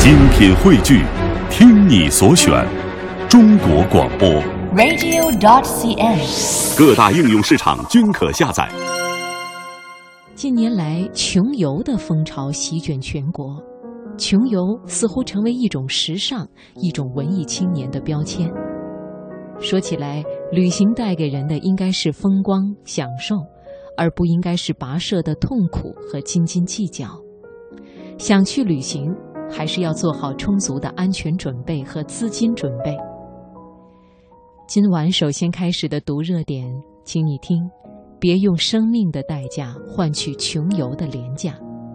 精品汇聚，听你所选，中国广播 radio.cn， 各大应用市场均可下载。 近年来，穷游的风潮席卷全国，穷游似乎成为一种时尚、一种文艺青年的标签。说起来，旅行带给人的应该是风光、享受，而不应该是跋涉的痛苦和斤斤计较。想去旅行，还是要做好充足的安全准备和资金准备。今晚首先开始的读热点，请你听，别用生命的代价换取穷游的廉价。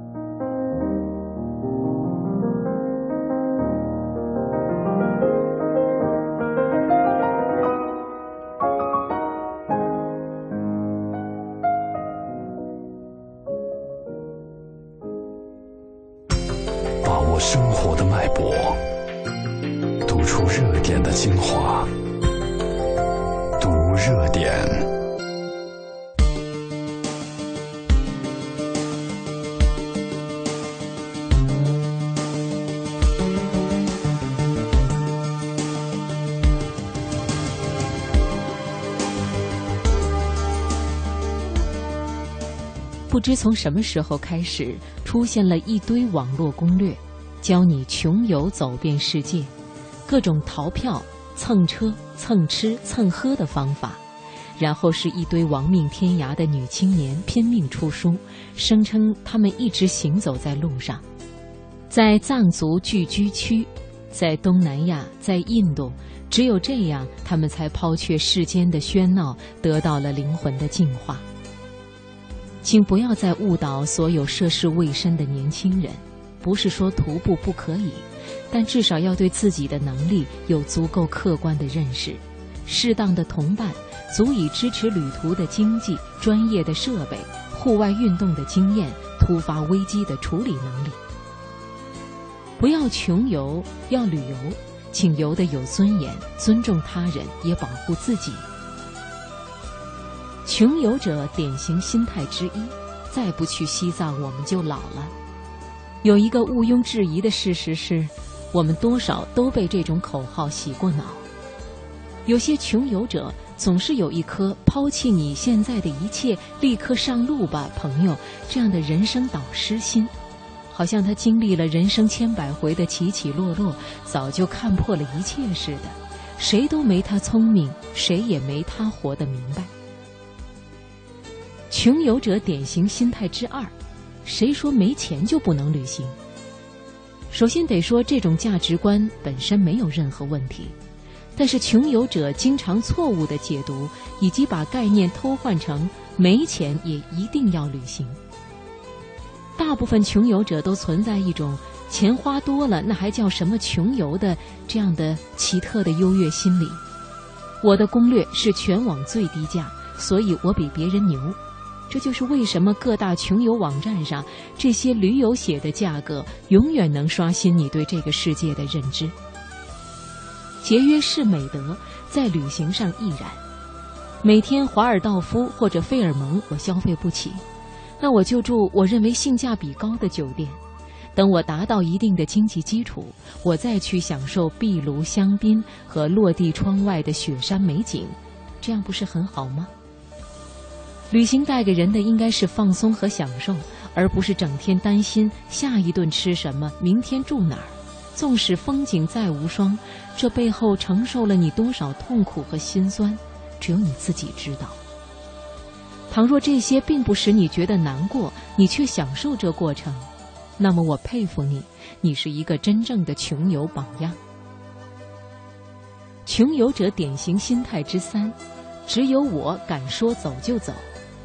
把握生活的脉搏，读出热点的精华，读热点。 不知从什么时候开始，出现了一堆网络攻略，教你穷游走遍世界，各种逃票、蹭车、蹭吃、蹭喝的方法，然后是一堆亡命天涯的女青年拼命出书，声称她们一直行走在路上，在藏族聚居区，在东南亚，在印度，只有这样，她们才抛却世间的喧闹，得到了灵魂的净化。请不要再误导所有涉世未深的年轻人，不是说徒步不可以，但至少要对自己的能力有足够客观的认识，适当的同伴足以支持旅途的经济、专业的设备、户外运动的经验、突发危机的处理能力。不要穷游，要旅游，请游得有尊严，尊重他人，也保护自己。穷游者典型心态之一，再不去西藏我们就老了。有一个毋庸置疑的事实是，我们多少都被这种口号洗过脑。有些穷游者总是有一颗抛弃你现在的一切，立刻上路吧朋友这样的人生导师心，好像他经历了人生千百回的起起落落，早就看破了一切似的，谁都没他聪明，谁也没他活得明白。穷游者典型心态之二，谁说没钱就不能旅行？首先得说，这种价值观本身没有任何问题，但是穷游者经常错误地解读，以及把概念偷换成没钱也一定要旅行。大部分穷游者都存在一种钱花多了那还叫什么穷游的这样的奇特的优越心理。我的攻略是全网最低价，所以我比别人牛。这就是为什么各大穷游网站上这些驴友写的价格永远能刷新你对这个世界的认知。节约是美德，在旅行上亦然。每天华尔道夫或者费尔蒙我消费不起，那我就住我认为性价比高的酒店，等我达到一定的经济基础，我再去享受壁炉香槟和落地窗外的雪山美景，这样不是很好吗？旅行带给人的应该是放松和享受，而不是整天担心下一顿吃什么，明天住哪儿。纵使风景再无双，这背后承受了你多少痛苦和心酸，只有你自己知道。倘若这些并不使你觉得难过，你却享受这过程，那么我佩服你，你是一个真正的穷游榜样。穷游者典型心态之三，只有我敢说走就走。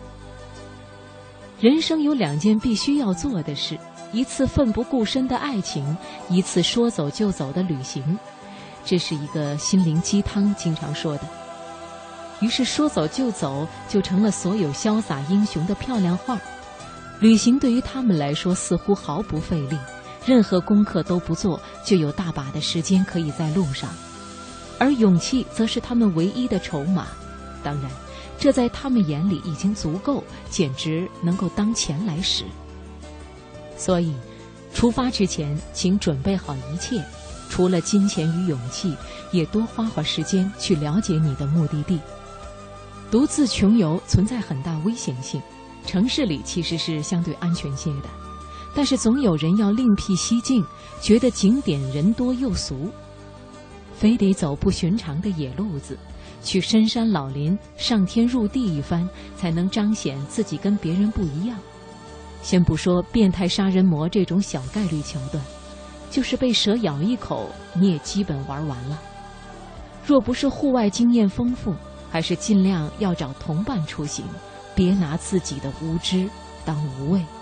人生有两件必须要做的事，一次奋不顾身的爱情，一次说走就走的旅行。这是一个心灵鸡汤经常说的。于是说走就走就成了所有潇洒英雄的漂亮话。旅行对于他们来说似乎毫不费力，任何功课都不做，就有大把的时间可以在路上。而勇气则是他们唯一的筹码。当然，这在他们眼里已经足够，简直能够当钱来使。所以出发之前，请准备好一切，除了金钱与勇气，也多花会时间去了解你的目的地。独自穷游存在很大危险性，城市里其实是相对安全些的，但是总有人要另辟蹊径，觉得景点人多又俗，非得走不寻常的野路子，去深山老林上天入地一番，才能彰显自己跟别人不一样。先不说变态杀人魔这种小概率桥段，就是被蛇咬一口，你也基本玩完了。若不是户外经验丰富，还是尽量要找同伴出行，别拿自己的无知当无畏。